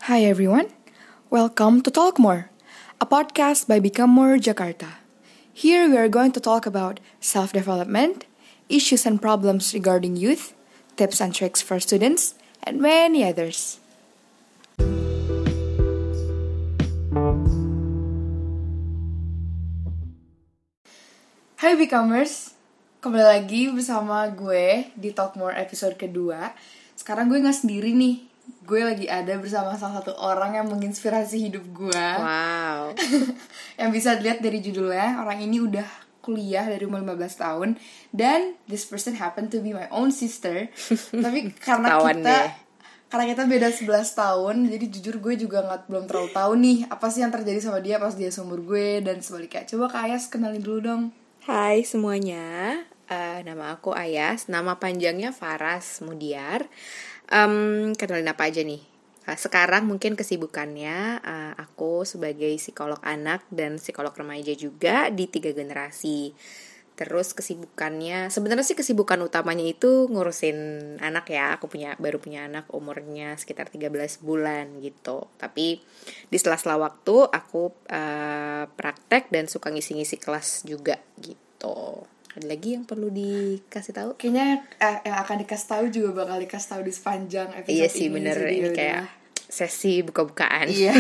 Hi everyone, welcome to Talk More, a podcast by Become More Jakarta. Here we are going to talk about self-development, issues and problems regarding youth, tips and tricks for students, and many others. Hai Becomers, kembali lagi bersama gue di Talk More episode kedua. Sekarang gue gak sendiri nih, gue lagi ada bersama salah satu orang yang menginspirasi hidup gue. Wow. Yang bisa dilihat dari judulnya, orang ini udah kuliah dari umur 15 tahun. Dan this person happened to be my own sister. Tapi karena kita beda 11 tahun, jadi jujur gue juga belum terlalu tahu nih apa sih yang terjadi sama dia pas dia seumur gue dan sebaliknya. Coba Kak Ayas kenalin dulu dong. Hai semuanya, nama aku Ayas, nama panjangnya Faras Mudiar. Kenalin apa aja nih? Sekarang mungkin kesibukannya aku sebagai psikolog anak dan psikolog remaja juga di 3 generasi. Terus kesibukannya, sebenarnya sih kesibukan utamanya itu ngurusin anak ya. Aku baru punya anak umurnya sekitar 13 bulan gitu. Tapi di sela-sela waktu aku praktek dan suka ngisi-ngisi kelas juga gitu. Ada lagi yang perlu dikasih tahu? Kayaknya yang akan dikasih tahu juga bakal dikasih tahu di sepanjang episode ini. Iya sih bener, ini kayak sesi buka-bukaan. Iya.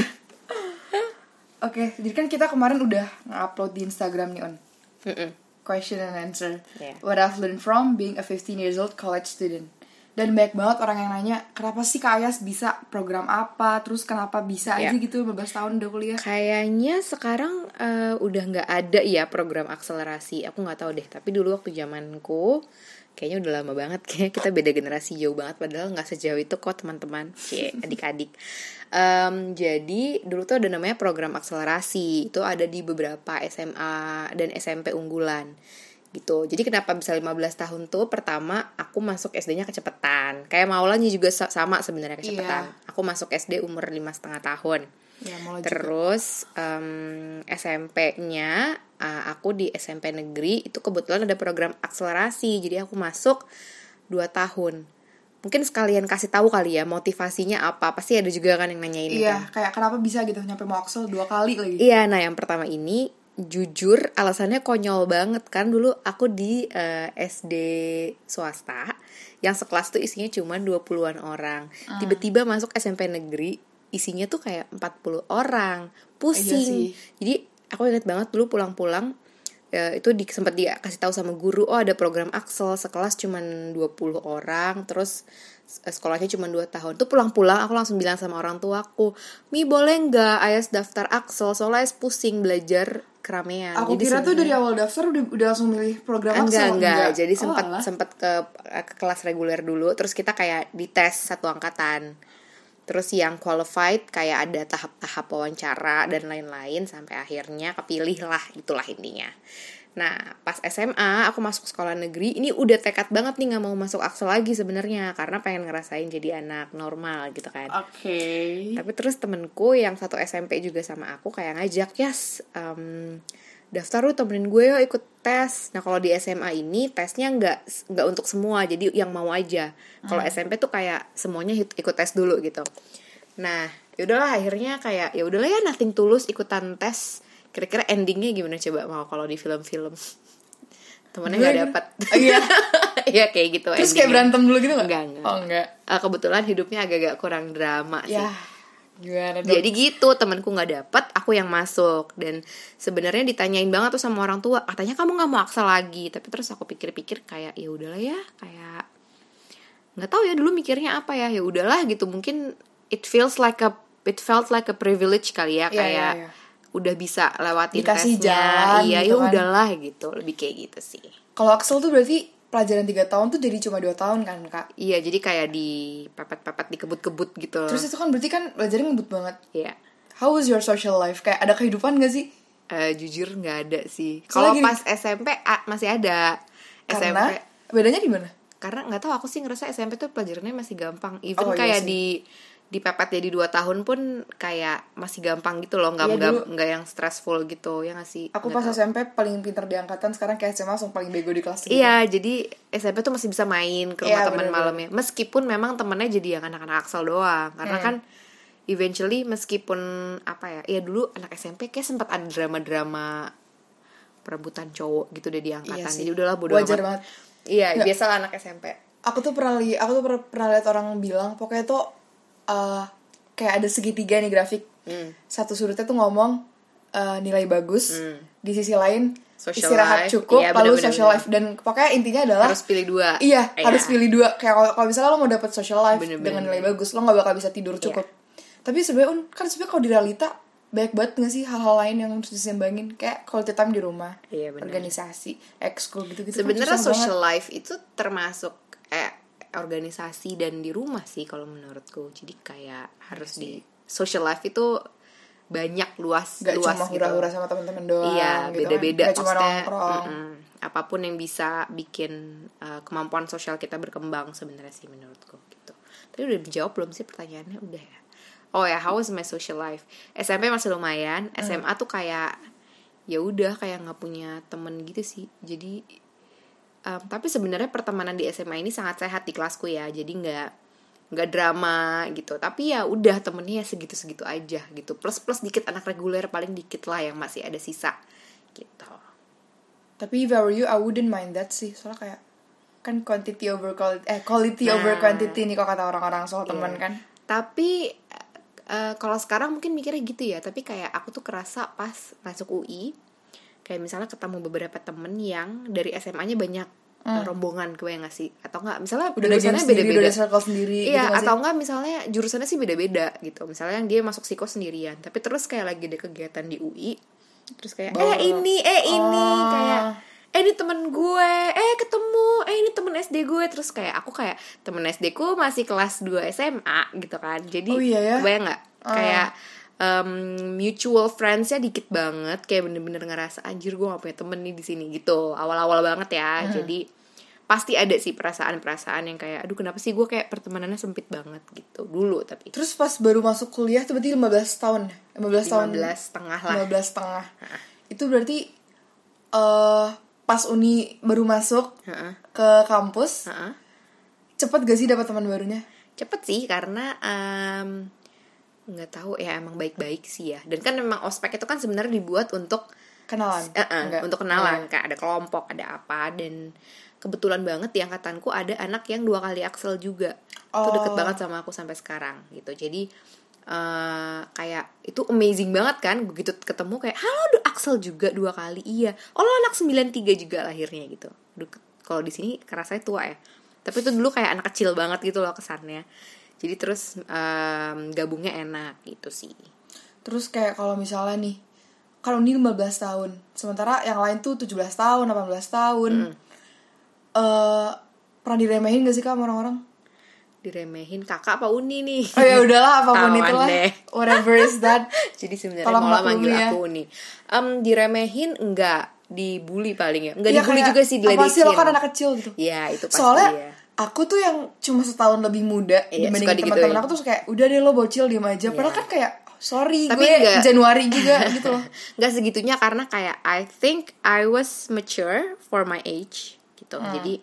Oke, jadi kan kita kemarin udah nge-upload di Instagram nih On. Question and answer. Yeah. What I've learned from being a 15 years old college student. Dan banyak banget orang yang nanya, kenapa sih Kak Ayas bisa program apa? Terus kenapa bisa aja gitu 15 tahun udah kuliah? Kayaknya sekarang udah gak ada ya program akselerasi. Aku gak tahu deh. Tapi dulu waktu zamanku, kayaknya udah lama banget. Kayaknya kita beda generasi jauh banget. Padahal gak sejauh itu kok teman-teman. Adik-adik. Jadi dulu tuh ada namanya program akselerasi. Itu ada di beberapa SMA dan SMP unggulan gitu. Jadi kenapa bisa 15 tahun tuh? Pertama, aku masuk SD-nya kecepatan. Kayak Maulanya juga sama sebenarnya kecepatan. Iya. Aku masuk SD umur 5,5 tahun. Ya, terus SMP-nya aku di SMP negeri itu kebetulan ada program akselerasi. Jadi aku masuk 2 tahun. Mungkin sekalian kasih tahu kali ya motivasinya apa. Pasti ada juga kan yang nanyain. Iya, kan? Kayak kenapa bisa gitu nyampe mau Axel 2 kali lagi. Iya, nah yang pertama ini jujur alasannya konyol banget kan. Dulu aku di SD swasta yang sekelas tuh isinya cuma 20-an orang. Tiba-tiba masuk SMP negeri isinya tuh kayak 40 orang. Pusing. Jadi aku ingat banget dulu pulang-pulang itu sempat dikasih tahu sama guru, oh ada program Axel sekelas cuman 20 orang, terus sekolahnya cuma 2 tahun. Tuh pulang-pulang aku langsung bilang sama orang tuaku, Mi boleh nggak Ayas daftar Axel, soalnya Ayas pusing belajar keramaian. Aku jadi kira tuh dari awal daftar udah langsung milih program Axel. Enggak. Jadi sempat ke kelas reguler dulu, terus kita kayak dites satu angkatan. Terus yang qualified kayak ada tahap-tahap wawancara dan lain-lain sampai akhirnya kepilih lah, itulah intinya. Nah pas SMA aku masuk sekolah negeri, ini udah tekad banget nih gak mau masuk Axel lagi sebenarnya karena pengen ngerasain jadi anak normal gitu kan. Oke. Tapi terus temenku yang satu SMP juga sama aku kayak ngajak, daftar lu temenin gue yuk ikut tes. Nah kalau di SMA ini tesnya nggak untuk semua, jadi yang mau aja. Kalau SMP tuh kayak semuanya ikut tes dulu gitu. Nah yaudahlah akhirnya kayak ya udahlah ya nothing tulus ikutan tes. Kira-kira endingnya gimana coba mau kalau di film-film temennya nggak dapat. Iya. Ya kayak gitu. Terus endingnya kayak berantem dulu gitu nggak? Enggak. Oh enggak. Kebetulan hidupnya agak-agak kurang drama sih. Gimana dong? Jadi gitu, temanku nggak dapet, aku yang masuk. Dan sebenarnya ditanyain banget tuh sama orang tua, katanya kamu nggak mau Axel lagi. Tapi terus aku pikir-pikir kayak ya udahlah ya, kayak nggak tahu ya dulu mikirnya apa ya udahlah gitu. Mungkin it felt like a privilege kali ya, kayak udah bisa lewatin dikasih tesnya. Jalan, iya gitu ya udahlah gitu, lebih kayak gitu sih. Kalau Axel tuh berarti pelajaran 3 tahun tuh jadi cuma 2 tahun kan Kak? Iya, jadi kayak di pepet-pepet, dikebut-kebut gitu. Terus itu kan berarti kan belajarnya ngebut banget. Iya. How was your social life? Kayak ada kehidupan gak sih? Jujur gak ada sih. Kalau pas SMP masih ada. Karena SMP. Bedanya di mana? Karena gak tahu, aku sih ngerasa SMP tuh pelajarannya masih gampang. Even kayak di pepet jadi 2 tahun pun kayak masih gampang gitu loh, nggak yang stressful gitu ya nggak sih. Aku pas SMP paling pintar di angkatan, sekarang kayak SMA langsung paling bego di kelas gitu. Iya, jadi SMP tuh masih bisa main ke rumah teman malamnya, meskipun memang temennya jadi yang anak-anak Axel doang, karena kan eventually meskipun apa ya dulu anak SMP kayak sempat ada drama-drama perebutan cowok gitu deh di angkatan. Jadi udahlah bodo amat. Wajar banget. Iya, biasalah anak SMP. Aku tuh pernah lihat orang bilang pokoknya tuh kayak ada segitiga nih grafik. Satu surutnya tuh ngomong nilai bagus, di sisi lain social istirahat life. Cukup, iya, lalu social life, dan pokoknya intinya adalah harus pilih dua. Iya, harus pilih dua. Kayak kalau misalnya lo mau dapet social life dengan nilai bagus, lo nggak bakal bisa tidur cukup. Tapi sebenarnya kan sebenarnya kalau di realita banyak banget nggak sih hal-hal lain yang harus disembangin, kayak quality time di rumah, organisasi, ekskul gitu-gitu. Sebenarnya kan social life itu termasuk organisasi dan di rumah sih kalau menurutku. Jadi kayak harus di social life itu banyak luas, gak cuma hura-hura gitu. Sama teman-teman doang. Iya, gitu beda-beda. Kan. Gak cuma nongkrong. Apapun yang bisa bikin kemampuan sosial kita berkembang sebenarnya sih menurutku gitu. Tapi udah dijawab belum sih pertanyaannya? Udah ya. Oh ya, how was my social life? SMP masih lumayan. SMA tuh kayak ya udah kayak nggak punya temen gitu sih. Jadi tapi sebenarnya pertemanan di SMA ini sangat sehat di kelasku ya. Jadi nggak drama gitu, tapi ya udah temennya ya segitu aja gitu, plus dikit anak reguler, paling dikit lah yang masih ada sisa gitu. Tapi if I were you, I wouldn't mind that sih, soalnya kayak kan quality over quality over quantity nih kalau kata orang-orang soal teman kan. Tapi kalau sekarang mungkin mikirnya gitu ya, tapi kayak aku tuh kerasa pas masuk UI, kayak misalnya ketemu beberapa temen yang dari SMA-nya banyak rombongan gue nggak sih, atau nggak misalnya udah jurusannya beda-beda, udah circle sendiri iya gitu atau nggak misalnya jurusannya sih beda-beda gitu, misalnya dia masuk psiko sendirian tapi terus kayak lagi ada kegiatan di UI terus kayak ini kayak ini temen gue ketemu ini temen SD gue, terus kayak aku kayak temen SD ku masih kelas 2 SMA gitu kan, jadi kebayang nggak kayak mutual friends-nya dikit banget, kayak bener-bener ngerasa anjir gue gak punya temen nih di sini gitu, awal-awal banget ya. Jadi pasti ada sih perasaan-perasaan yang kayak aduh kenapa sih gue kayak pertemanannya sempit banget gitu dulu. Tapi terus pas baru masuk kuliah tuh berarti 15 tahun 15 setengah lah, 15 setengah. Itu berarti pas uni baru masuk ke kampus, cepet gak sih dapat teman barunya? Cepet sih karena nggak tahu ya, emang baik-baik sih ya. Dan kan memang ospek itu kan sebenarnya dibuat untuk kenalan, untuk kenalan, kayak ada kelompok, ada apa. Dan kebetulan banget di angkatanku ada anak yang 2 kali Axel juga. Itu deket banget sama aku sampai sekarang gitu. Jadi kayak itu amazing banget kan, begitu ketemu kayak halo Axel juga 2 kali. Iya, lo anak 93 juga lahirnya gitu. Kalau di sini kerasanya tua ya, tapi itu dulu kayak anak kecil banget gitu loh kesannya. Jadi terus gabungnya enak gitu sih. Terus kayak kalau misalnya nih, kan Uni 15 tahun, sementara yang lain tuh 17 tahun, 18 tahun. Pernah diremehin gak sih Kak sama orang-orang? Diremehin kakak apa Uni nih? Oh ya udahlah, apapun itulah. Whatever is that. Jadi sebenarnya malah manggil aku Uni. Diremehin enggak, dibully paling ya. Enggak dibully juga sih, diledekin. Apa sih lo kan anak kecil gitu. Iya, itu pasti. Soalnya ya. Aku tuh yang cuma setahun lebih muda dibanding teman-teman aku tuh kayak udah deh lo bocil diem aja. Padahal kan kayak sorry tapi gue enggak, Januari juga gitu loh. Nggak segitunya karena kayak I think I was mature for my age gitu. Jadi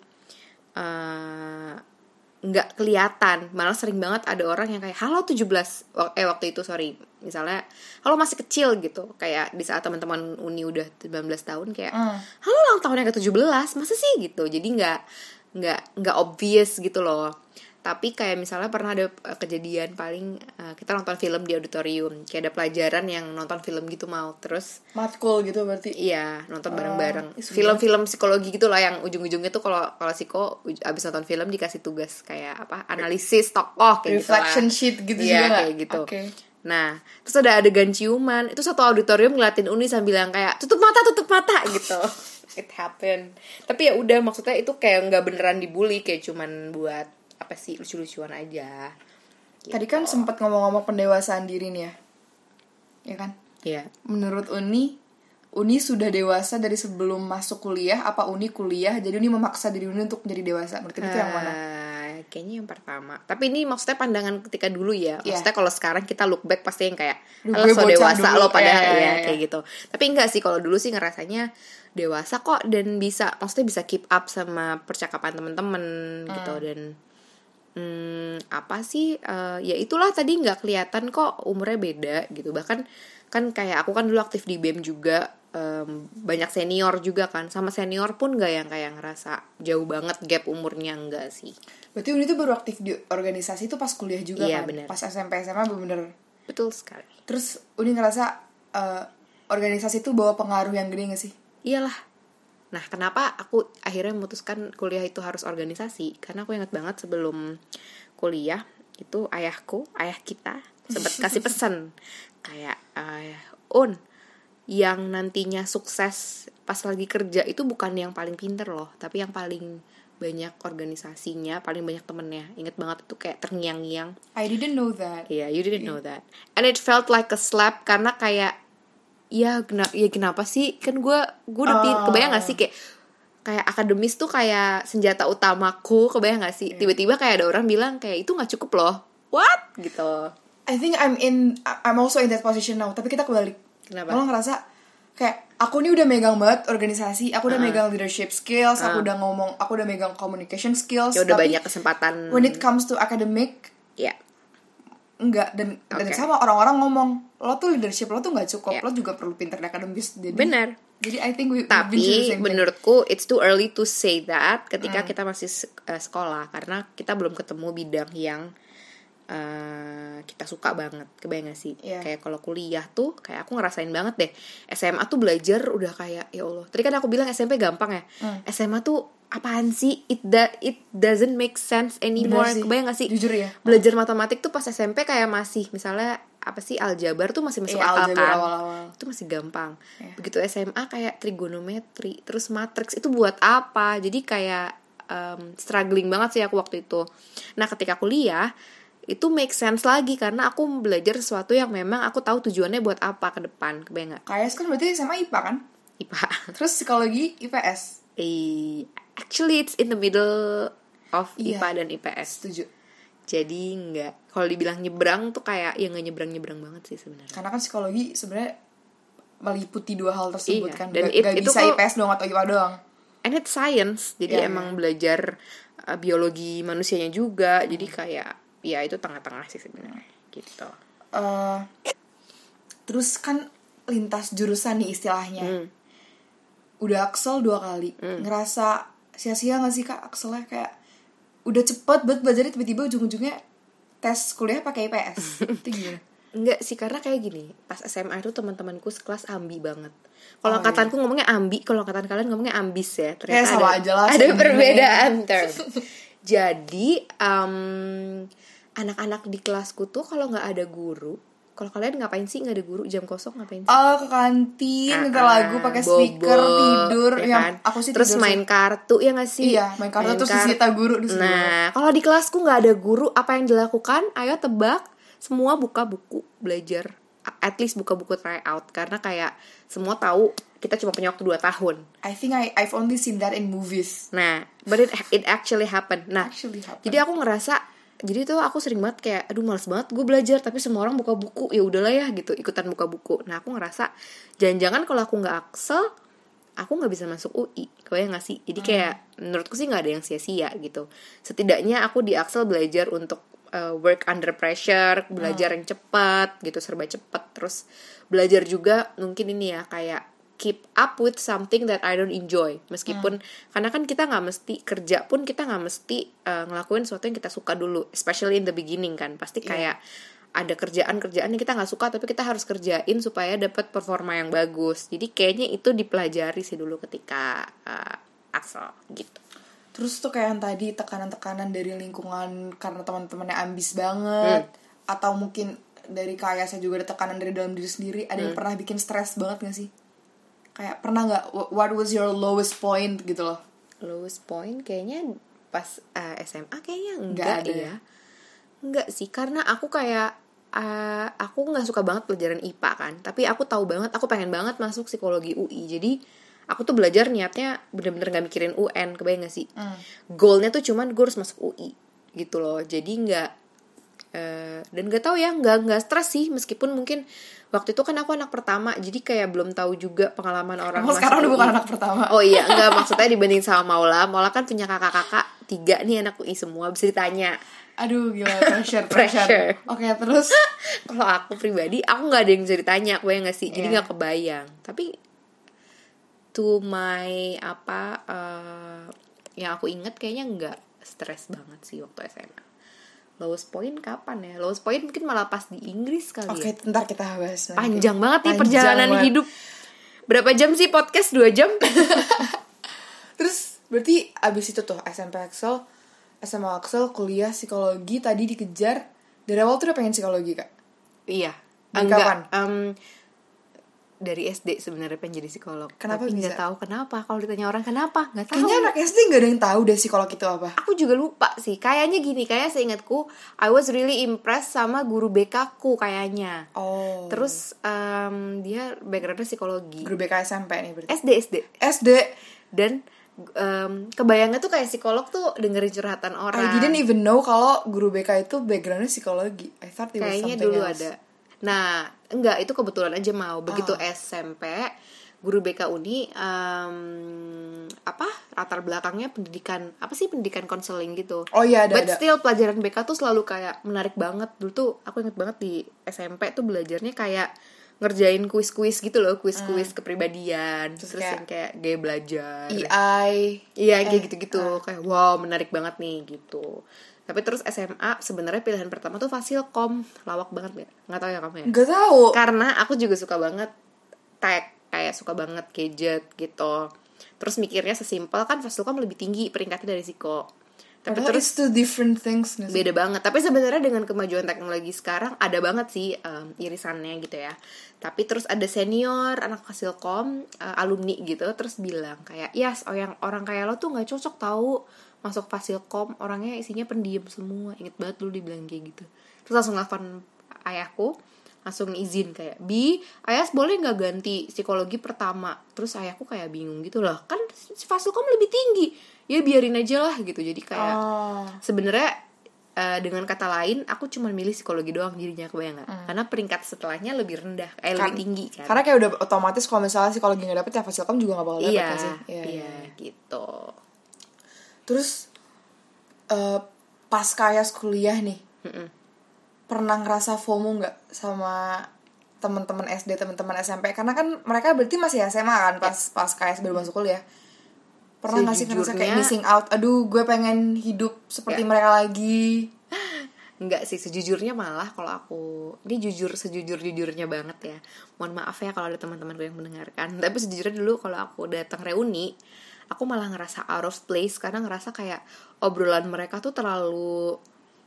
nggak kelihatan, malah sering banget ada orang yang kayak halo 17 waktu itu misalnya halo masih kecil gitu, kayak di saat teman-teman Uni udah 19 tahun kayak halo ulang tahun yang ke-17 masa sih gitu. Jadi nggak obvious gitu loh. Tapi kayak misalnya pernah ada kejadian paling kita nonton film di auditorium, kayak ada pelajaran yang nonton film gitu mau, terus matkul gitu berarti. Iya, nonton bareng-bareng. Film-film psikologi gitu lah yang ujung-ujungnya tuh kalau psiko abis nonton film dikasih tugas kayak apa? Analisis tokoh kayak reflection gitu. sheet gitu ya, juga kayak gitu. Okay. Nah, terus ada adegan ciuman. Itu satu auditorium ngeliatin Uni sambil yang kayak tutup mata gitu. It happened. Tapi ya udah, maksudnya itu kayak nggak beneran dibully, kayak cuman buat apa sih, lucu-lucuan aja gitu. Tadi kan sempat ngomong-ngomong pendewasaan diri nih ya kan? Iya. Menurut Uni sudah dewasa dari sebelum masuk kuliah, apa Uni kuliah jadi Uni memaksa diri Uni untuk menjadi dewasa? Menurut itu yang mana? Kayaknya yang pertama. Tapi ini maksudnya pandangan ketika dulu ya. Maksudnya kalau sekarang kita look back pasti yang kayak lo so dewasa dulu, lo padahal kayak gitu. Tapi enggak sih, kalau dulu sih ngerasanya dewasa kok, dan bisa, maksudnya bisa keep up sama percakapan teman-teman gitu, dan apa sih, ya itulah tadi nggak kelihatan kok umurnya beda gitu. Bahkan kan kayak aku kan dulu aktif di BEM juga, banyak senior juga kan, sama senior pun nggak yang kayak ngerasa jauh banget gap umurnya, enggak sih. Berarti Uni tuh baru aktif di organisasi tuh pas kuliah juga Iya, kan? bener. Pas SMP SMA bener-bener. Betul sekali. Terus Uni ngerasa organisasi tuh bawa pengaruh yang gede gak sih? Iyalah. Nah, kenapa aku akhirnya memutuskan kuliah itu harus organisasi? Karena aku ingat banget sebelum kuliah itu ayah kita sempat kasih pesan kayak, yang nantinya sukses pas lagi kerja itu bukan yang paling pinter loh, tapi yang paling banyak organisasinya, paling banyak temennya. Ingat banget itu kayak terngiang-ngiang. I didn't know that. Yeah, you didn't know that. And it felt like a slap karena kayak kenapa sih? Kan gue udah kebayang gak sih kayak akademis tuh kayak senjata utamaku, kebayang gak sih? Tiba-tiba kayak ada orang bilang kayak itu nggak cukup loh. What? Gitu. I think I'm also in that position now. Tapi kita kebalik. Kenapa? Kalau ngerasa kayak aku nih udah megang banget organisasi, aku udah megang leadership skills, aku udah megang communication skills. Ya udah tapi banyak kesempatan. when it comes to academic, enggak. Dan sama orang-orang ngomong, lo tuh leadership lo tuh nggak cukup, lo juga perlu pintar di akademis. Benar. Jadi I think tapi menurutku it's too early to say that ketika kita masih sekolah, karena kita belum ketemu bidang yang kita suka banget, kebayang gak sih? Kayak kalau kuliah tuh kayak aku ngerasain banget deh. SMA tuh belajar udah kayak ya Allah. Tadi kan aku bilang SMP gampang ya. SMA tuh apaan sih? It doesn't make sense anymore. Kebayang gak sih? Jujur ya. Belajar matematik tuh pas SMP kayak masih misalnya apa sih aljabar tuh masih masuk akal kan. Awal-awal. Itu masih gampang. Begitu SMA kayak trigonometri, terus matriks itu buat apa? Jadi kayak struggling banget sih aku waktu itu. Nah, ketika kuliah itu make sense lagi karena aku belajar sesuatu yang memang aku tahu tujuannya buat apa ke depan, kebayang gak? Kayak kan berarti sama IPA kan? IPA. Terus psikologi IPS. Actually it's in the middle of IPA dan IPS. Setuju. Jadi nggak, kalau dibilang nyebrang tuh kayak ya nggak nyebrang banget sih sebenarnya. Karena kan psikologi sebenarnya meliputi dua hal tersebut kan. Dan gak bisa IPS doang atau IPA doang. And it's science, jadi emang belajar biologi manusianya juga. Jadi kayak ya itu tengah-tengah sih sebenarnya gitu. Terus kan lintas jurusan nih istilahnya. Udah Axel 2 kali. Ngerasa sia-sia gak sih Kak Axelnya? Kayak udah cepet banget belajarnya, tiba-tiba ujung-ujungnya tes kuliah pakai IPS. Itu gimana? Enggak sih, karena kayak gini, pas SMA itu teman-temanku sekelas ambi banget. Kalau angkatanku ngomongnya ambi, kalau angkatan kalian ngomongnya ambis ya. Ternyata sama aja lah, ada perbedaan term. Jadi anak-anak di kelasku tuh kalau nggak ada guru, kalau kalian ngapain sih nggak ada guru jam kosong ngapain sih? Ke kantin, minta lagu, pakai speaker, tidur, ya kan? Aku sih terus main kartu ya nggak sih? Iya, main kartu terus disita guru di. Nah, kalau di kelasku nggak ada guru, apa yang dilakukan? Ayo tebak, semua buka buku belajar, at least buka buku tryout, karena kayak semua tahu kita cuma punya waktu 2 tahun. I think I've only seen that in movies. Nah, but it actually happened. Nah, jadi aku ngerasa, jadi tuh aku sering banget kayak aduh males banget gue belajar, tapi semua orang buka buku, ya udahlah ya gitu, ikutan buka buku. Nah, aku ngerasa jangan-jangan kalau aku nggak Axel, aku nggak bisa masuk UI, kebayang nggak sih? Jadi kayak menurutku sih nggak ada yang sia-sia gitu. Setidaknya aku di Axel belajar untuk work under pressure, belajar yang cepat gitu, serba cepat. Terus belajar juga mungkin ini ya kayak keep up with something that I don't enjoy. Meskipun karena kan kita nggak mesti kerja pun kita nggak mesti ngelakuin sesuatu yang kita suka dulu, especially in the beginning kan. Pasti kayak ada kerjaan yang kita nggak suka tapi kita harus kerjain supaya dapat performa yang bagus. Jadi kayaknya itu dipelajari sih dulu ketika Axel gitu. Terus tuh kayak yang tadi tekanan-tekanan dari lingkungan karena teman-temannya ambis banget, atau mungkin dari kayak saya juga ada tekanan dari dalam diri sendiri. Ada yang pernah bikin stres banget gak sih? Kayak pernah nggak? What was your lowest point gitu loh? Lowest point kayaknya pas SMA kayaknya enggak ya. Enggak sih, karena aku kayak aku nggak suka banget pelajaran IPA kan. Tapi aku tahu banget, aku pengen banget masuk psikologi UI. Jadi aku tuh belajar niatnya bener-bener gak mikirin UN, kebayang gak sih? Goalnya tuh cuman gue harus masuk UI gitu loh. Jadi gak Dan gak tahu ya, nggak stres sih, meskipun mungkin waktu itu kan aku anak pertama, jadi kayak belum tahu juga pengalaman orang. Kamu sekarang udah bukan anak pertama. Oh iya, enggak, maksudnya dibanding sama Maula kan punya kakak-kakak 3 nih, anak UI semua, bisa ditanya. Aduh gila, pressure. Oke, terus kalau aku pribadi, aku nggak ada yang bisa ditanya, aku yang nggak sih, jadi nggak kebayang. Tapi to my yang aku inget kayaknya nggak stres banget sih waktu SMA. Lowest point kapan ya? Lowest point mungkin malah pas di Inggris kali. Oke, ntar kita bahas nanti. Panjang banget nih perjalanan hidup. Berapa jam sih podcast? 2 jam? Terus berarti abis itu tuh SMP Axel, SMA Axel, kuliah psikologi, tadi dikejar. Dari awal tuh udah pengen psikologi, Kak? Iya. Kapan? Dari SD sebenarnya pengen jadi psikolog. Kenapa tapi bisa? Nggak tahu kenapa. Kalau ditanya orang kenapa, nggak tahu. Kayaknya anak SD nggak ada yang tahu deh psikolog itu apa. Aku juga lupa sih. Kayaknya gini, kayak seingatku, I was really impressed sama guru BK ku kayaknya. Oh. Terus dia backgroundnya psikologi. Guru BK SMP nih berarti. SD. Dan kebayangnya tuh kayak psikolog tuh dengerin curhatan orang. I didn't even know kalau guru BK itu backgroundnya psikologi. I thought it was kayaknya something dulu else. ada. Nah, enggak, itu kebetulan aja mau. Begitu SMP, guru BK Uni latar belakangnya pendidikan, pendidikan konseling gitu. Oh iya, ada. But still pelajaran BK tuh selalu kayak menarik banget. Dulu tuh aku inget banget di SMP tuh belajarnya kayak ngerjain kuis-kuis gitu loh, kuis-kuis kepribadian. Terus yang kayak gaya belajar. EI. Iya, kayak gitu-gitu. Kayak wow, menarik banget nih gitu. Tapi terus SMA sebenarnya pilihan pertama tuh Fasilkom. Lawak banget nggak tahu ya kamu ya? Nggak tahu. Karena aku juga suka banget tech, kayak suka banget gadget gitu. Terus mikirnya sesimpel kan Fasilkom lebih tinggi peringkatnya dari Psiko. Tapi Padahal terus it's two different things. Beda banget. Tapi sebenarnya dengan kemajuan teknologi sekarang ada banget sih irisannya gitu ya. Tapi terus ada senior anak Fasilkom, alumni gitu, terus bilang kayak, "Yes, orang kayak lo tuh nggak cocok tahu masuk Fasilkom, orangnya isinya pendiam semua." Ingat banget dulu dibilang kayak gitu. Terus langsung nelfon ayahku, langsung izin kayak, "Bi, Ayas boleh nggak ganti psikologi pertama?" Terus ayahku kayak bingung gitu lah, kan Fasilkom lebih tinggi, ya biarin aja lah gitu. Jadi kayak sebenarnya dengan kata lain, aku cuma milih psikologi doang jadinya, kebayang nggak? Karena peringkat setelahnya lebih rendah, lebih tinggi kan. Karena kayak udah otomatis kalau misalnya psikologi nggak dapet ya Fasilkom juga nggak bakal dapet sih. Iya, gitu. Terus pas kayak kuliah nih, pernah ngerasa FOMO nggak sama teman-teman SD, teman-teman SMP? Karena kan mereka berarti masih SMA kan pas kayak baru masuk kuliah. Pernah nggak sih ngerasa kayak missing out? Aduh, gue pengen hidup seperti mereka lagi. Enggak sih, sejujurnya malah kalau aku, ini sejujur-jujurnya banget ya. Mohon maaf ya kalau ada teman-teman gue yang mendengarkan. Tapi sejujurnya dulu kalau aku datang reuni, aku malah ngerasa out of place karena ngerasa kayak obrolan mereka tuh terlalu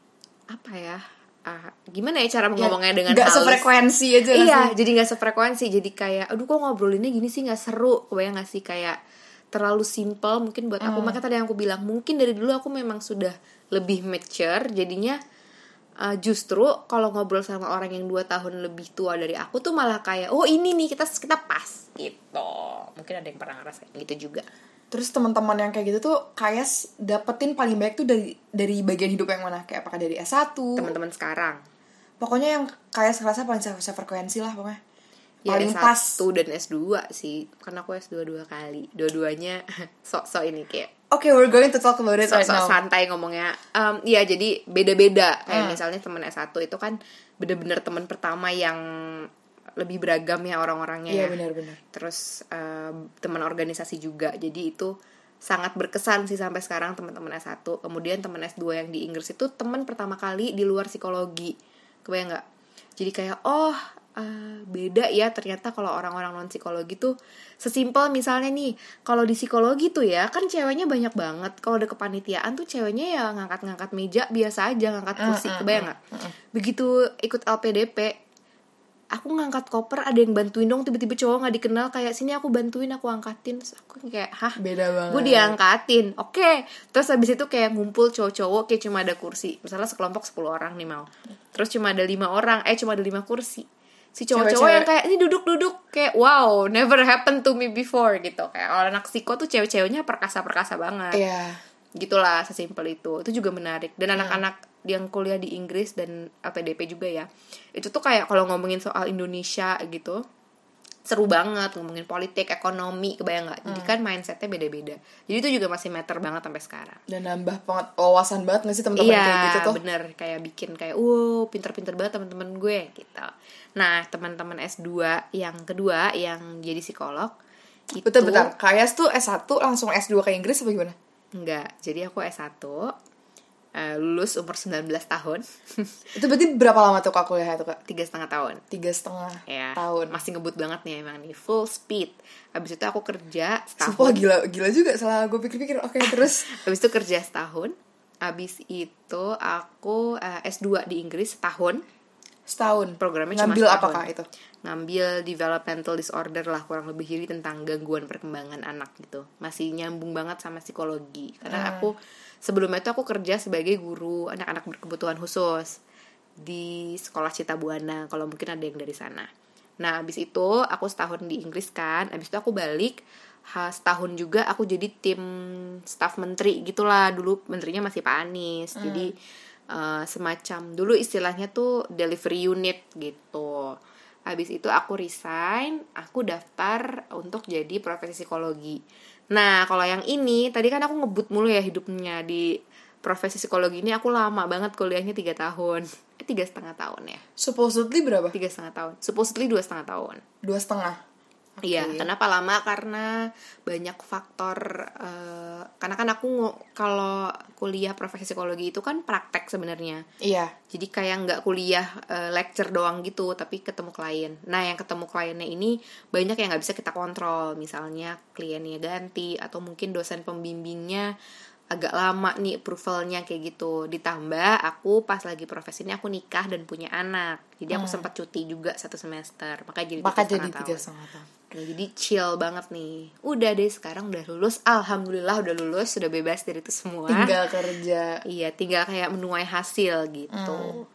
gimana ya cara ngomongnya dengan halus. Gak sefrekuensi aja. Iya, jadi gak sefrekuensi. Jadi kayak, aduh kok ngobrolinnya gini sih, gak seru. Kebayang gak sih, kayak terlalu simple mungkin buat aku. Makanya tadi yang aku bilang, mungkin dari dulu aku memang sudah lebih mature. Jadinya justru kalau ngobrol sama orang yang 2 tahun lebih tua dari aku tuh malah kayak, oh ini nih kita pas gitu. Mungkin ada yang pernah ngerasain gitu juga. Terus teman-teman yang kayak gitu tuh kayak dapetin paling banyak tuh dari bagian hidup yang mana? Kayak apakah dari S1? Teman-teman sekarang. Pokoknya yang kayak ngerasa paling sefrekuensi lah pokoknya. Ya, paling S1 pas. Dan S2 sih. Karena aku S2 2 kali. Dua-duanya sok-sok ini kayak Okay, we're going to talk about it right now. Santai ngomongnya. Ya jadi beda-beda. Kayak misalnya teman S1 itu kan bener-bener teman pertama yang lebih beragam ya orang-orangnya. Iya, benar-benar. Terus teman organisasi juga. Jadi itu sangat berkesan sih sampai sekarang teman-teman S1. Kemudian teman S2 yang di Inggris itu teman pertama kali di luar psikologi. Kebayang nggak? Jadi kayak beda ya ternyata kalau orang-orang non psikologi tuh sesimpel misalnya nih, kalau di psikologi tuh ya kan ceweknya banyak banget. Kalau ada kepanitiaan tuh ceweknya ya ngangkat-ngangkat meja biasa aja, ngangkat kursi. Kebayang nggak? Begitu ikut LPDP, aku ngangkat koper, ada yang bantuin dong, tiba-tiba cowok nggak dikenal kayak, sini aku bantuin, aku angkatin. Terus aku kayak, hah, beda banget, gue diangkatin, oke. Terus habis itu kayak ngumpul cowok-cowok, kayak cuma ada kursi, misalnya sekelompok 10 orang nih mau, terus cuma ada 5 orang, cuma ada 5 kursi. Si cowok-cowok yang kayak, ini duduk-duduk, kayak wow, never happened to me before gitu. Kayak orang anak psiko tuh cewek-ceweknya perkasa-perkasa banget. Iya. Gitulah, sesimpel itu juga menarik. Dan anak-anak yang kuliah di Inggris dan LPDP juga ya, itu tuh kayak kalau ngomongin soal Indonesia gitu seru banget, ngomongin politik, ekonomi, kebayang nggak? Jadi kan mindsetnya beda-beda. Jadi itu juga masih matter banget sampai sekarang. Dan nambah wawasan banget nggak sih teman-teman iya, kayak gitu tuh? Iya bener, kayak bikin kayak pinter-pinter banget teman-teman gue gitu. Nah teman-teman S2 yang kedua yang jadi psikolog itu bentar, Kayas tuh S1 langsung S2 ke Inggris apa gimana? Enggak, jadi aku S1 lulus umur 19 tahun. Itu berarti berapa lama tuh Kak kuliah itu Kak? 3,5 tahun. 3,5 ya, tahun. Masih ngebut banget nih emang nih, full speed. Habis itu aku kerja setahun. Sumpah gila juga salah gue pikir-pikir. Oke, terus habis itu kerja setahun. Habis itu aku S2 di Inggris setahun. Programnya ngambil cuma setahun. Apakah itu? Ngambil developmental disorder lah kurang lebih, jadi tentang gangguan perkembangan anak gitu. Masih nyambung banget sama psikologi. Karena aku sebelumnya itu aku kerja sebagai guru anak-anak berkebutuhan khusus di sekolah Cita Buana, kalau mungkin ada yang dari sana. Nah, abis itu aku setahun di Inggris kan. Abis itu aku balik setahun juga aku jadi tim staf menteri gitulah. Dulu menterinya masih Pak Anies. Jadi semacam dulu istilahnya tuh delivery unit gitu. Habis itu aku resign, aku daftar untuk jadi profesi psikologi. Nah kalau yang ini tadi kan aku ngebut mulu ya hidupnya di profesi psikologi ini. Aku lama banget kuliahnya 3 tahun 3,5 tahun ya. Supposedly berapa? 3,5 tahun. Supposedly 2,5 tahun. 2,5. Iya, kenapa lama? Karena banyak faktor. Karena kan aku kalau kuliah profesi psikologi itu kan praktek sebenarnya. Iya. Jadi kayak nggak kuliah lecture doang gitu, tapi ketemu klien. Nah, yang ketemu kliennya ini banyak yang nggak bisa kita kontrol. Misalnya kliennya ganti atau mungkin dosen pembimbingnya agak lama nih approvalnya kayak gitu. Ditambah aku pas lagi profesi ini aku nikah dan punya anak. Jadi aku sempat cuti juga 1 semester. Makanya jadi 3,5 tahun. Nah, jadi chill banget nih. Udah deh sekarang udah lulus. Alhamdulillah udah lulus, sudah bebas dari itu semua. Tinggal kerja. Iya, tinggal kayak menuai hasil gitu.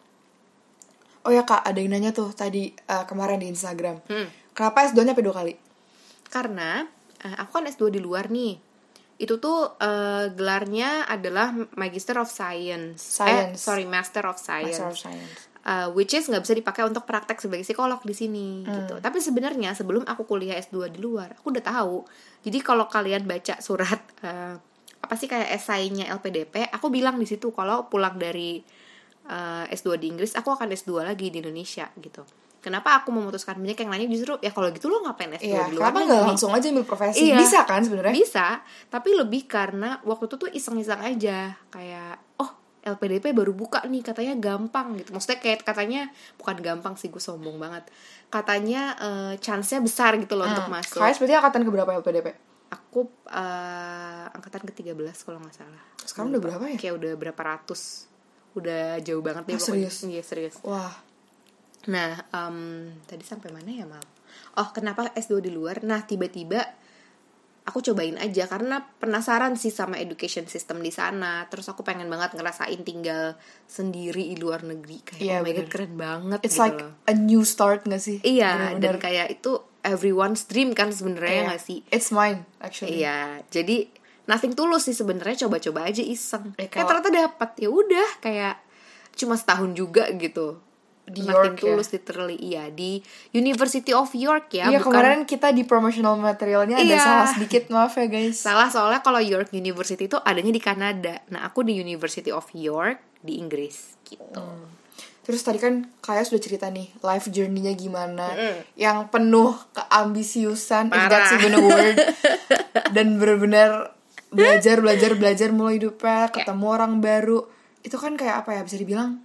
Oh ya Kak, ada yang nanya tuh tadi kemarin di Instagram. Kenapa S2-nya sampai 2 kali? Karena aku kan S2 di luar nih. Itu tuh gelarnya adalah Magister of Science. Master of Science. Which is nggak bisa dipakai untuk praktek sebagai psikolog di sini gitu. Tapi sebenarnya sebelum aku kuliah S2 di luar, aku udah tahu. Jadi kalau kalian baca surat apa sih kayak esainya LPDP, aku bilang di situ kalau pulang dari S2 di Inggris, aku akan S2 lagi di Indonesia gitu. Kenapa aku memutuskan, banyak yang nanya justru ya kalau gitu lo ngapain S2 di luar? Kenapa nggak langsung aja ambil profesi? Iya, bisa kan sebenarnya? Bisa, tapi lebih karena waktu itu tuh iseng-iseng aja kayak LPDP baru buka nih, katanya gampang gitu. Maksudnya kayak katanya bukan gampang sih, gue sombong banget. Katanya chance-nya besar gitu loh untuk masuk. Kayaknya seperti angkatan keberapa LPDP? Aku angkatan ke-13 kalau nggak salah. Sekarang udah berapa ya? Kayak udah berapa ratus. Udah jauh banget deh pokoknya. Serius? Iya, serius. Wah. Nah, tadi sampai mana ya, Mal? Oh, kenapa S2 di luar? Nah, tiba-tiba aku cobain aja karena penasaran sih sama education system di sana. Terus aku pengen banget ngerasain tinggal sendiri di luar negeri. Kayak oh my god, keren banget. It's gitu like loh. A new start gak sih? Iya, bener-bener. Dan kayak itu everyone's dream kan sebenarnya gak sih? It's mine actually. Iya, jadi nothing tulus sih sebenarnya, coba-coba aja iseng. Kayak ternyata dapat. Ya udah, kayak cuma setahun juga gitu. Di York tulus literally, iya di University of York ya. Iya, bukan... kemarin kita di promotional materialnya ada salah sedikit, maaf ya guys. Salah, soalnya kalau York University itu adanya di Kanada. Nah aku di University of York di Inggris gitu. Terus tadi kan Kaya sudah cerita nih life journey-nya gimana, yang penuh keambisiusan, if that's even a word. Dan benar-benar belajar mulai hidupnya, ketemu orang baru. Itu kan kayak apa ya, bisa dibilang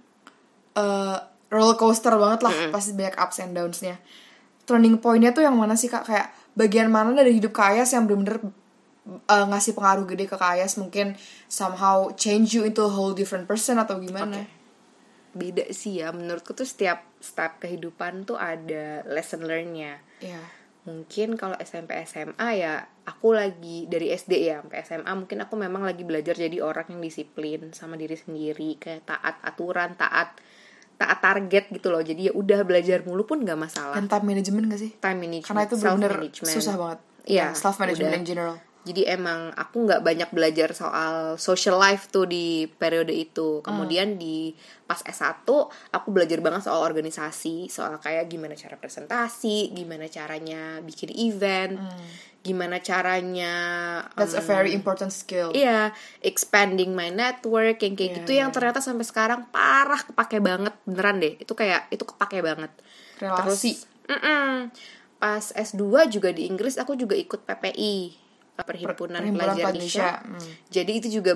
roller coaster banget lah, pasti banyak ups and downs-nya. Turning point-nya tuh yang mana sih Kak? Kayak bagian mana dari hidup Kak Ayas yang benar-benar ngasih pengaruh gede ke Kak Ayas, mungkin somehow change you into a whole different person atau gimana? Beda sih ya, menurutku tuh setiap step kehidupan tuh ada lesson learn-nya. Mungkin kalau SMP SMA ya aku lagi dari SD ya sampai SMA mungkin aku memang lagi belajar jadi orang yang disiplin sama diri sendiri, kayak taat aturan, taat target gitu loh. Jadi ya udah belajar mulu pun nggak masalah. Dan time management gak sih? Time management. Karena itu benar-benar susah banget. Iya. Self management in general. Jadi emang aku nggak banyak belajar soal social life tuh di periode itu. Kemudian di pas S1 aku belajar banget soal organisasi, soal kayak gimana cara presentasi, gimana caranya bikin event, gimana caranya That's a very important skill. Iya, expanding my network yang kayak gitu yang ternyata sampai sekarang parah kepake banget, beneran deh. Itu kepake banget. Relasi. Terus pas S2 juga di Inggris aku juga ikut PPI, Perhimpunan Pelajar Indonesia. Jadi itu juga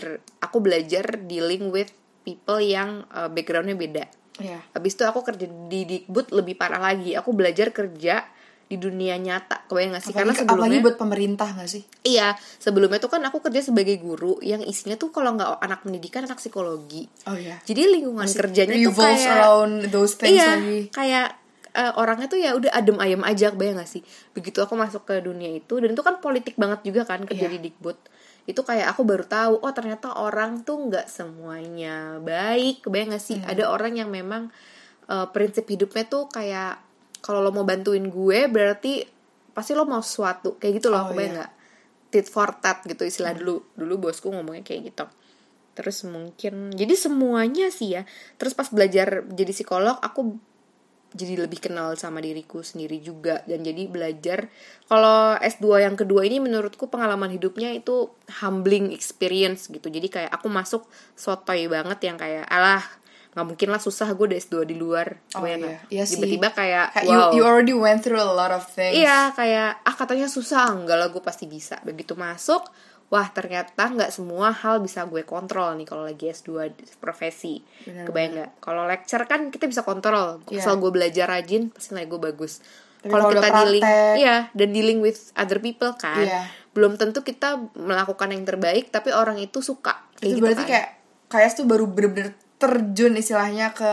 aku belajar dealing with people yang backgroundnya beda. Habis itu aku kerja di Dikbud lebih parah lagi. Aku belajar kerja di dunia nyata, kebayang gak sih? Karena sebelumnya apalagi buat pemerintah gak sih? Iya, sebelumnya tuh kan aku kerja sebagai guru yang isinya tuh kalau nggak anak pendidikan, anak psikologi. Jadi lingkungan kerjanya tuh kayak around those things lagi. Kayak orangnya tuh ya udah adem ayem aja, kebayang gak sih? Begitu aku masuk ke dunia itu, dan itu kan politik banget juga kan kerja di Dikbud. Itu kayak aku baru tahu, oh ternyata orang tuh nggak semuanya baik, kebayang gak sih? Ada orang yang memang prinsip hidupnya tuh kayak kalau lo mau bantuin gue berarti pasti lo mau sesuatu kayak gitu loh, kebayang nggak? Tit for tat gitu istilah dulu bosku ngomongnya kayak gitu. Terus mungkin jadi semuanya sih ya. Terus pas belajar jadi psikolog aku jadi lebih kenal sama diriku sendiri juga, dan jadi belajar kalau S2 yang kedua ini menurutku pengalaman hidupnya itu humbling experience gitu. Jadi kayak aku masuk sotoy banget yang kayak alah nggak mungkin lah, susah gue udah S2 di luar. Iya tiba-tiba kayak wow, you already went through a lot of things. Iya, kayak katanya susah, enggak lah gue pasti bisa. Begitu masuk, wah ternyata nggak semua hal bisa gue kontrol nih kalau lagi S2 profesi. Kebayang nggak? Kalau lecture kan kita bisa kontrol. Asal gue belajar rajin, pasti nilai gue bagus. Kalau kita dealing with other people kan, belum tentu kita melakukan yang terbaik, tapi orang itu suka. Itu berarti kan? kayak tuh baru bener-bener terjun istilahnya ke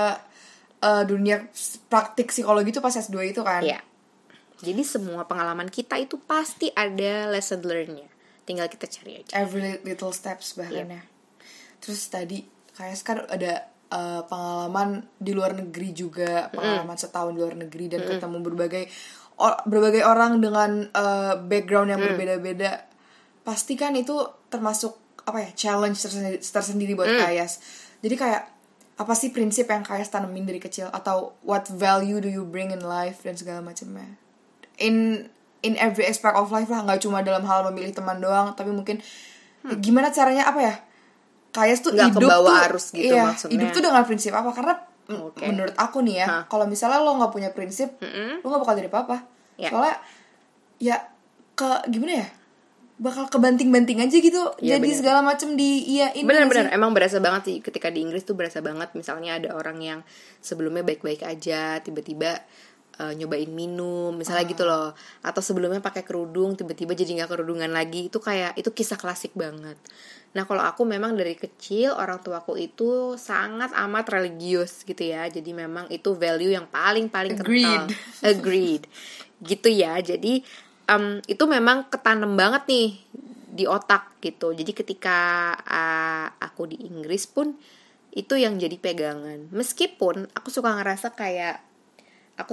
dunia praktik psikologi itu pas S2 itu kan. Iya. Jadi semua pengalaman kita itu pasti ada lesson learn-nya. Tinggal kita cari aja. Every little steps bahkan. Terus tadi kayak kan ada pengalaman di luar negeri juga, pengalaman setahun di luar negeri dan ketemu berbagai orang dengan background yang berbeda-beda. Pasti kan itu termasuk challenge tersendiri buat Kayas. Jadi kayak apa sih prinsip yang Kayas tanemin dari kecil, atau what value do you bring in life dan segala macamnya? In every aspect of life lah, nggak cuma dalam hal memilih teman doang, tapi mungkin gimana caranya Kayas tuh nggak hidup kebawa tuh arus gitu maksudnya. Hidup tuh dengan prinsip apa? Karena menurut aku nih ya, kalau misalnya lo nggak punya prinsip, lo nggak bakal jadi apa-apa. Soalnya ya gimana ya, bakal kebanting-banting aja gitu, jadi bener. Segala macam diiyain. Bener-bener emang berasa banget sih ketika di Inggris tuh, berasa banget. Misalnya ada orang yang sebelumnya baik-baik aja, tiba-tiba nyobain minum misalnya gitu loh, atau sebelumnya pakai kerudung tiba-tiba jadi nggak kerudungan lagi. Itu kayak itu kisah klasik banget. Nah kalau aku memang dari kecil orang tuaku itu sangat amat religius gitu ya, jadi memang itu value yang paling kental. Agreed gitu ya. Jadi itu memang ketanem banget nih di otak gitu. Jadi ketika aku di Inggris pun itu yang jadi pegangan. Meskipun aku suka ngerasa kayak aku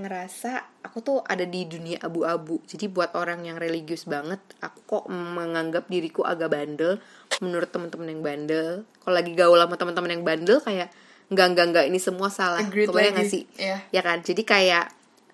tuh ada di dunia abu-abu. Jadi buat orang yang religius banget, aku kok menganggap diriku agak bandel menurut teman-teman yang bandel. Kalau lagi gaul sama teman-teman yang bandel kayak enggak ini semua salah. Kebayang gak sih? Ya kan? Jadi kayak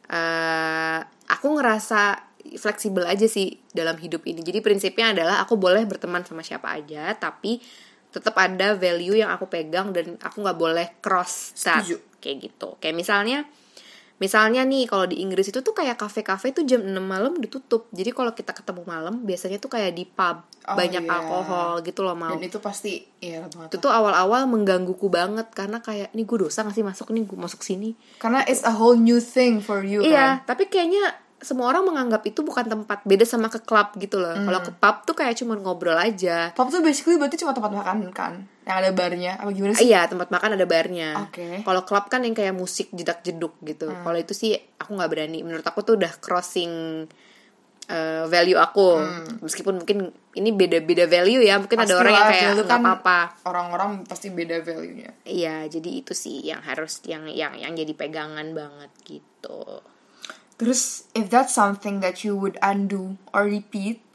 aku ngerasa fleksibel aja sih dalam hidup ini. Jadi prinsipnya adalah aku boleh berteman sama siapa aja, tapi tetap ada value yang aku pegang dan aku nggak boleh cross that. Kayak gitu. Kayak misalnya nih kalau di Inggris itu tuh kayak kafe-kafe tuh jam 6 malam ditutup. Jadi kalau kita ketemu malam biasanya tuh kayak di pub, banyak alkohol gitu loh mau. Dan itu pasti banget. Itu tuh awal-awal menggangguku banget karena kayak nih gue dosa nggak sih masuk sini. Karena it's a whole new thing for you kan. Iya, tapi kayaknya semua orang menganggap itu bukan tempat, beda sama ke klub gitu loh. Kalau ke pub tuh kayak cuma ngobrol aja. Pub tuh basically berarti cuma tempat makan kan, yang ada barnya, apa gimana sih? Iya, tempat makan ada barnya. Okay. Kalau klub kan yang kayak musik jedak-jeduk gitu. Kalau itu sih aku nggak berani. Menurut aku tuh udah crossing value aku. Meskipun mungkin ini beda-beda value ya. Mungkin pasti ada orang yang kayak nggak apa-apa. Orang-orang pasti beda value-nya. Iya, jadi itu sih yang harus yang jadi pegangan banget gitu. Terus, if that's something that you would undo or repeat,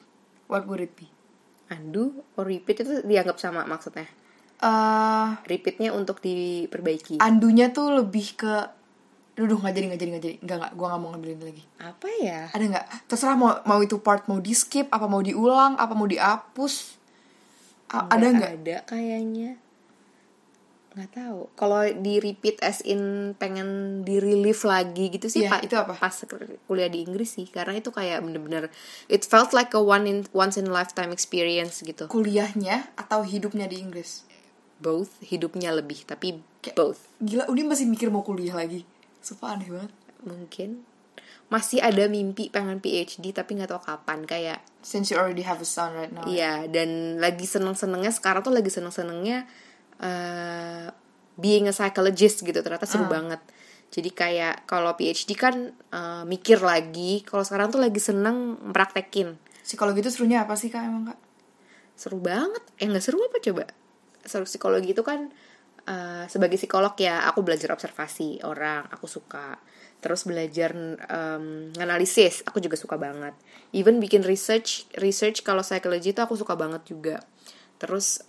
What would it be? Undo or repeat itu dianggap sama maksudnya? Repeatnya untuk diperbaiki. Undunya tuh lebih ke nggak jadi. Enggak, gue nggak mau ngambilin lagi. Apa ya? Ada nggak? Terserah mau itu part mau di skip, apa mau diulang, apa mau dihapus. Ada nggak? Ada kayaknya. Nggak tahu. Kalau di repeat as in pengen di relive lagi gitu sih, Pak. Itu apa? Pas kuliah di Inggris sih, karena itu kayak bener-bener it felt like a once in a lifetime experience gitu. Kuliahnya atau hidupnya di Inggris? Both, hidupnya lebih, tapi both. Gila, Udi masih mikir mau kuliah lagi. Sumpah aneh banget. Mungkin masih ada mimpi pengen PhD tapi nggak tahu kapan, kayak since you already have a son right now. Iya, dan lagi seneng-senengnya sekarang tuh lagi seneng-senengnya being a psychologist gitu, ternyata seru banget. Jadi kayak kalau PhD kan mikir lagi, kalau sekarang tuh lagi seneng praktekin. Psikologi itu serunya apa sih Kak emang Kak? Seru banget. Nggak seru apa coba? Seru psikologi itu kan sebagai psikolog ya, aku belajar observasi orang, aku suka. Terus belajar analisis, aku juga suka banget. Even bikin research kalau psikologi itu aku suka banget juga. Terus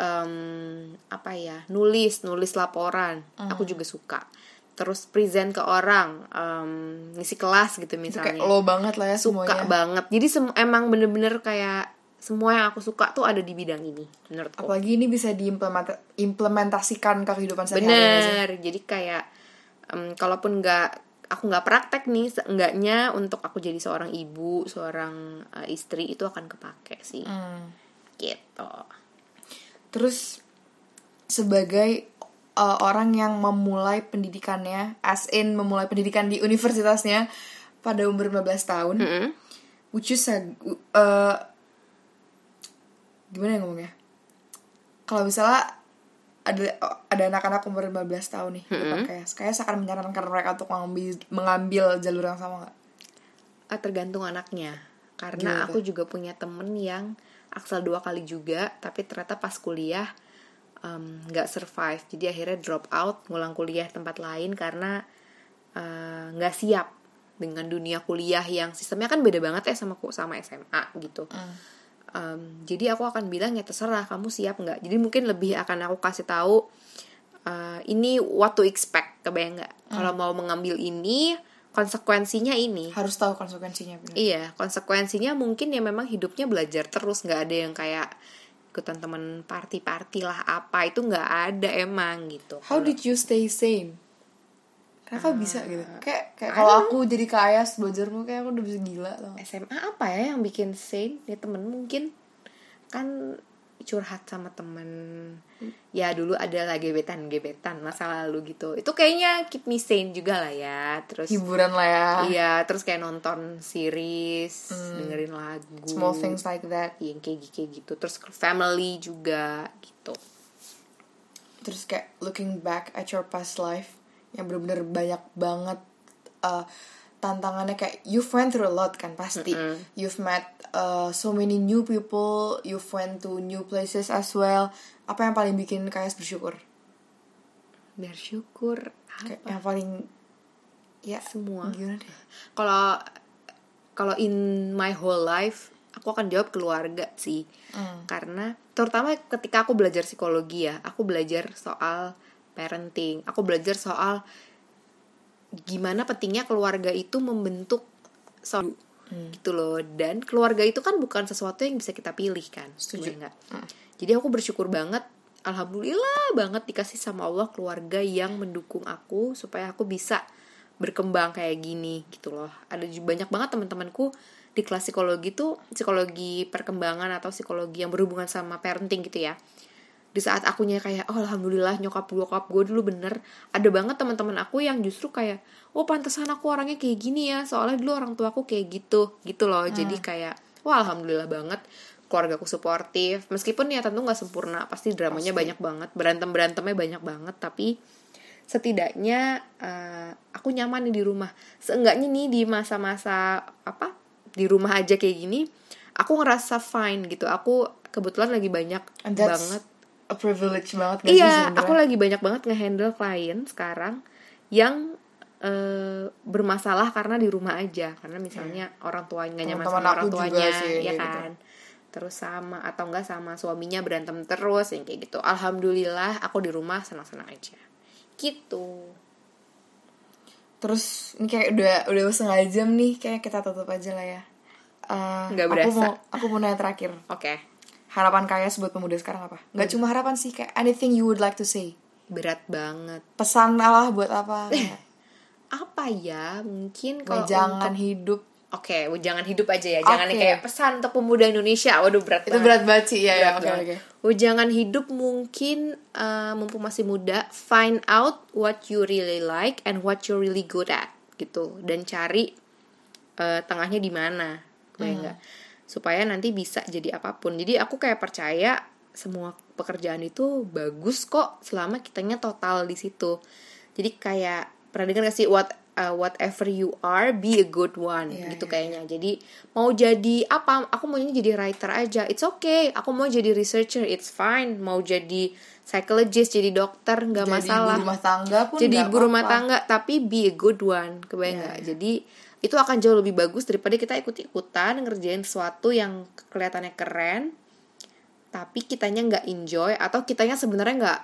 nulis laporan, aku juga suka. Terus present ke orang, ngisi kelas gitu misalnya. Itu kayak lo banget lah ya semuanya. Suka banget. Jadi emang bener-bener kayak semua yang aku suka tuh ada di bidang ini menurutku. Apalagi ini bisa diimplementasikan ke kehidupan sehari-hari. Bener. Jadi kayak kalaupun aku nggak praktek nih, seenggaknya untuk aku jadi seorang ibu, seorang istri itu akan kepake sih. Gitu. Terus sebagai orang yang memulai pendidikannya, memulai pendidikan di universitasnya pada umur 15 tahun, would you say, gimana ya ngomongnya? Kalau misalnya ada anak-anak umur 15 tahun nih, kayak saya akan menyarankan mereka untuk mengambil jalur yang sama nggak? Tergantung anaknya, karena aku juga punya temen yang Axel 2 kali juga, tapi ternyata pas kuliah nggak survive, jadi akhirnya drop out, ngulang kuliah tempat lain karena nggak siap dengan dunia kuliah yang sistemnya kan beda banget ya sama SMA gitu. Jadi aku akan bilang ya terserah kamu siap nggak. Jadi mungkin lebih akan aku kasih tahu ini what to expect, kebayang nggak? Kalau mau mengambil ini konsekuensinya ini. Harus tahu konsekuensinya. Bener. Iya, konsekuensinya mungkin ya memang hidupnya belajar terus, nggak ada yang kayak ikutan temen party lah apa, itu nggak ada emang gitu. How did you stay sane? Kenapa bisa gitu? Kayak kalau aku jadi Ayas belajarmu kayak aku udah bisa gila loh. SMA apa ya yang bikin sane? Ya temen mungkin kan curhat sama temen. Ya dulu ada lah gebetan masa lalu gitu. Itu kayaknya keep me sane juga lah ya. Terus hiburan lah ya. Iya, terus kayak nonton series, dengerin lagu. Small things like that. Yang kayak gitu. Terus family juga gitu. Terus kayak looking back at your past life, yang benar-benar banyak banget tantangannya, kayak you've went through a lot kan pasti. You've met so many new people, you've went to new places as well. Apa yang paling bikin Kayas bersyukur? Bersyukur apa? Kayak yang paling ya semua. Gimana deh? Kalau in my whole life aku akan jawab keluarga sih. Karena terutama ketika aku belajar psikologi ya, aku belajar soal parenting, aku belajar soal gimana pentingnya keluarga itu membentuk gitu loh. Dan keluarga itu kan bukan sesuatu yang bisa kita pilih kan. Setuju. Jadi aku bersyukur banget, alhamdulillah banget dikasih sama Allah keluarga yang mendukung aku supaya aku bisa berkembang kayak gini gitu loh. Ada banyak banget teman-temanku di kelas psikologi tuh, psikologi perkembangan atau psikologi yang berhubungan sama parenting gitu ya. Di saat akunya kayak alhamdulillah nyokap gue dulu bener, ada banget teman-teman aku yang justru kayak pantesan aku orangnya kayak gini ya, soalnya dulu orang tua aku kayak gitu loh. Jadi kayak alhamdulillah banget keluargaku suportif, meskipun ya tentu nggak sempurna, pasti dramanya banyak banget, berantemnya banyak banget, tapi setidaknya aku nyaman nih di rumah. Seenggaknya nih di masa-masa di rumah aja kayak gini, aku ngerasa fine gitu. Aku kebetulan lagi banyak banget a privilege banget gak sih sebenernya? Aku lagi banyak banget ngehandle klien sekarang yang bermasalah karena di rumah aja, karena misalnya orang tuanya nggak nyaman sama orang tuanya sih, ya kan gitu. terus sama atau enggak sama suaminya berantem terus yang kayak gitu. Alhamdulillah aku di rumah senang-senang aja gitu. Terus ini kayak udah setengah jam nih, kayak kita tutup aja lah ya. Nggak berasa. Aku mau nanya terakhir. Oke. Harapan Kaya buat pemuda sekarang apa? Nggak cuma harapan sih, kayak anything you would like to say. Berat banget. Pesan Allah buat apa? Apa ya? Mungkin kalau jangan hidup. Oke, jangan hidup aja ya. Jangan kayak pesan untuk pemuda Indonesia. Waduh, berat itu banget. Berat banget sih ya. Oke. Jangan hidup mungkin mumpung masih muda, find out what you really like and what you're really good at gitu, dan cari tengahnya di mana, enggak, supaya nanti bisa jadi apapun. Jadi aku kayak percaya semua pekerjaan itu bagus kok selama kitanya total di situ. Jadi kayak pernah dengar gak sih whatever you are, be a good one, gitu kayaknya. Jadi mau jadi apa, aku maunya jadi writer aja, it's okay. Aku mau jadi researcher, it's fine. Mau jadi psychologist, jadi dokter, nggak masalah. Jadi ibu rumah tangga pun jadi ibu rumah tangga, tapi be a good one, kebayang nggak? Jadi itu akan jauh lebih bagus daripada kita ikut-ikutan ngerjain sesuatu yang kelihatannya keren, tapi kitanya nggak enjoy, atau kitanya sebenarnya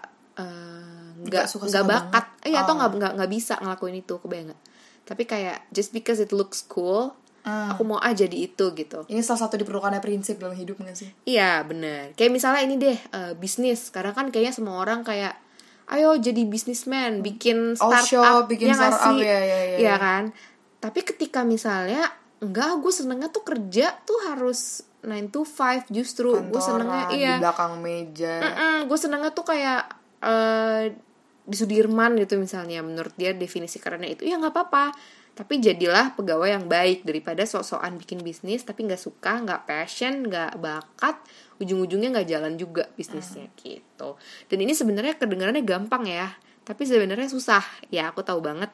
nggak bakat, atau nggak bisa ngelakuin itu, kebayang nggak? Tapi kayak just because it looks cool, aku mau aja di itu gitu. Ini salah satu diperlukannya prinsip dalam hidup nggak sih? Iya benar. Kayak misalnya ini deh, bisnis. Karena kan kayaknya semua orang kayak, ayo jadi businessman, bikin startup, bikin startup, ya kan. Tapi ketika misalnya enggak, gue senengnya tuh kerja tuh harus 9 to 5 justru. Gue senengnya di belakang meja. Gue senengnya tuh kayak di Sudirman gitu misalnya, menurut dia definisi kerennya itu ya nggak apa-apa, tapi jadilah pegawai yang baik daripada sok-sokan bikin bisnis tapi nggak suka, nggak passion, nggak bakat, ujung-ujungnya nggak jalan juga bisnisnya gitu. Dan ini sebenarnya kedengarannya gampang ya, tapi sebenarnya susah ya, aku tahu banget.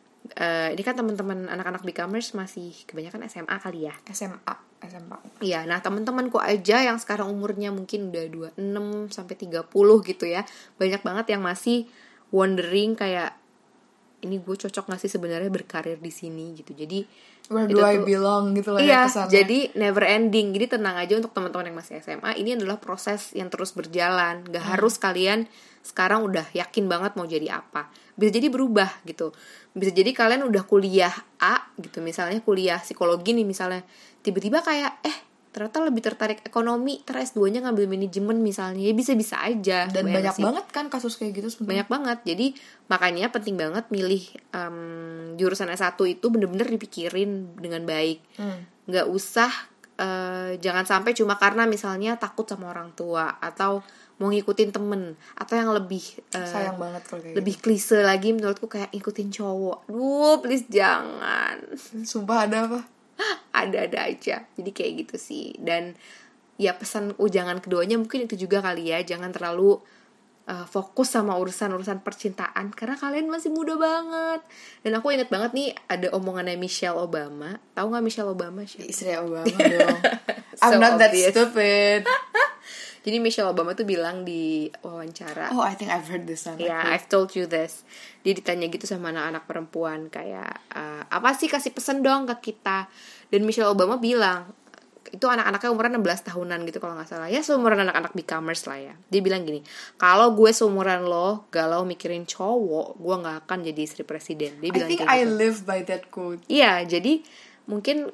Ini kan teman-teman anak-anak Becomers masih kebanyakan SMA kali ya. SMA. Iya, nah teman-temanku aja yang sekarang umurnya mungkin udah 26 sampai 30 gitu ya. Banyak banget yang masih wondering kayak, ini gue cocok gak sih sebenarnya berkarir di sini gitu. Jadi where do I belong gitu lah ya kesana. Jadi never ending. Jadi tenang aja untuk teman-teman yang masih SMA, ini adalah proses yang terus berjalan. Gak harus kalian sekarang udah yakin banget mau jadi apa. Bisa jadi berubah gitu. Bisa jadi kalian udah kuliah A gitu, misalnya kuliah psikologi nih misalnya, tiba-tiba kayak ternyata lebih tertarik ekonomi, terus S2-nya ngambil manajemen misalnya, ya bisa-bisa aja. Dan banyak banget kan kasus kayak gitu sebenarnya. Banyak banget. Jadi makanya penting banget milih jurusan S1 itu bener-bener dipikirin dengan baik. Nggak usah, jangan sampai cuma karena misalnya takut sama orang tua, atau mau ngikutin temen, atau yang lebih sayang banget kalau kayak lebih klise lagi menurutku, kayak ngikutin cowok. Duh, please jangan. Sumpah ada apa? Ada aja. Jadi kayak gitu sih. Dan ya pesan jangan keduanya mungkin itu juga kali ya, jangan terlalu fokus sama urusan percintaan karena kalian masih muda banget. Dan aku inget banget nih, ada omongannya Michelle Obama. Tahu nggak Michelle Obama? Istri Obama dong. I'm not that stupid. Jadi Michelle Obama tuh bilang di wawancara, I think I've heard this one. Yeah, I've told you this. Dia ditanya gitu sama anak-anak perempuan kayak, apa sih, kasih pesan dong ke kita. Dan Michelle Obama bilang, itu anak-anaknya umuran 16 tahunan gitu kalau gak salah. Ya seumuran anak-anak Becomers lah ya. Dia bilang gini, kalau gue seumuran lo galau mikirin cowok, gue gak akan jadi istri presiden. Dia bilang I think kayak I gitu. live by that quote. Iya, jadi mungkin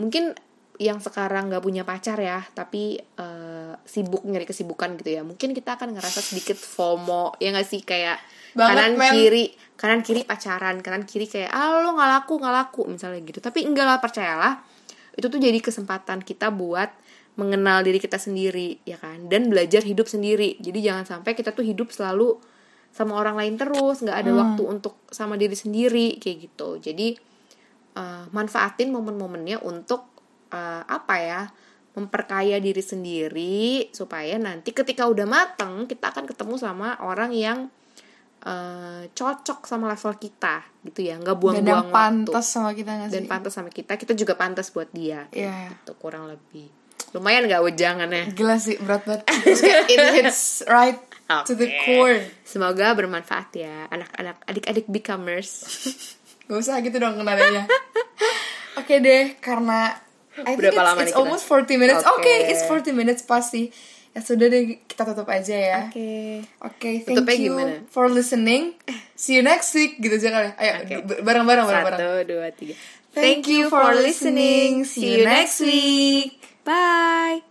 yang sekarang gak punya pacar ya, tapi sibuk nyari kesibukan gitu ya, mungkin kita akan ngerasa sedikit FOMO, ya gak sih, kayak kanan kiri pacaran, kanan kiri kayak lo gak laku misalnya gitu. Tapi enggak lah, percayalah, itu tuh jadi kesempatan kita buat mengenal diri kita sendiri, ya kan, dan belajar hidup sendiri. Jadi jangan sampai kita tuh hidup selalu sama orang lain terus, gak ada waktu untuk sama diri sendiri kayak gitu. Jadi manfaatin momen-momennya untuk memperkaya diri sendiri, supaya nanti ketika udah mateng kita akan ketemu sama orang yang cocok sama level kita gitu ya, nggak buang-buang waktu, pantas sama kita nggak sih? Dan pantas sama kita juga pantas buat dia gitu, kurang lebih. Lumayan nggak wejangannya? Gila sih, berat banget. Terus kayak it hits right to the core. Semoga bermanfaat ya anak-anak, adik-adik Becomers. Gak usah gitu dong nadanya. Oke deh, karena I think Berapa lama it's nih kita? almost 40 minutes. Oke. Okay, it's 40 minutes pasti. Ya sudah deh, kita tutup aja ya. Oke. Thank Tutupnya you gimana? for listening. See you next week gitu aja kali. Ayo, bareng-bareng. 1, 2, 3. Thank you for listening. See you next week. Bye.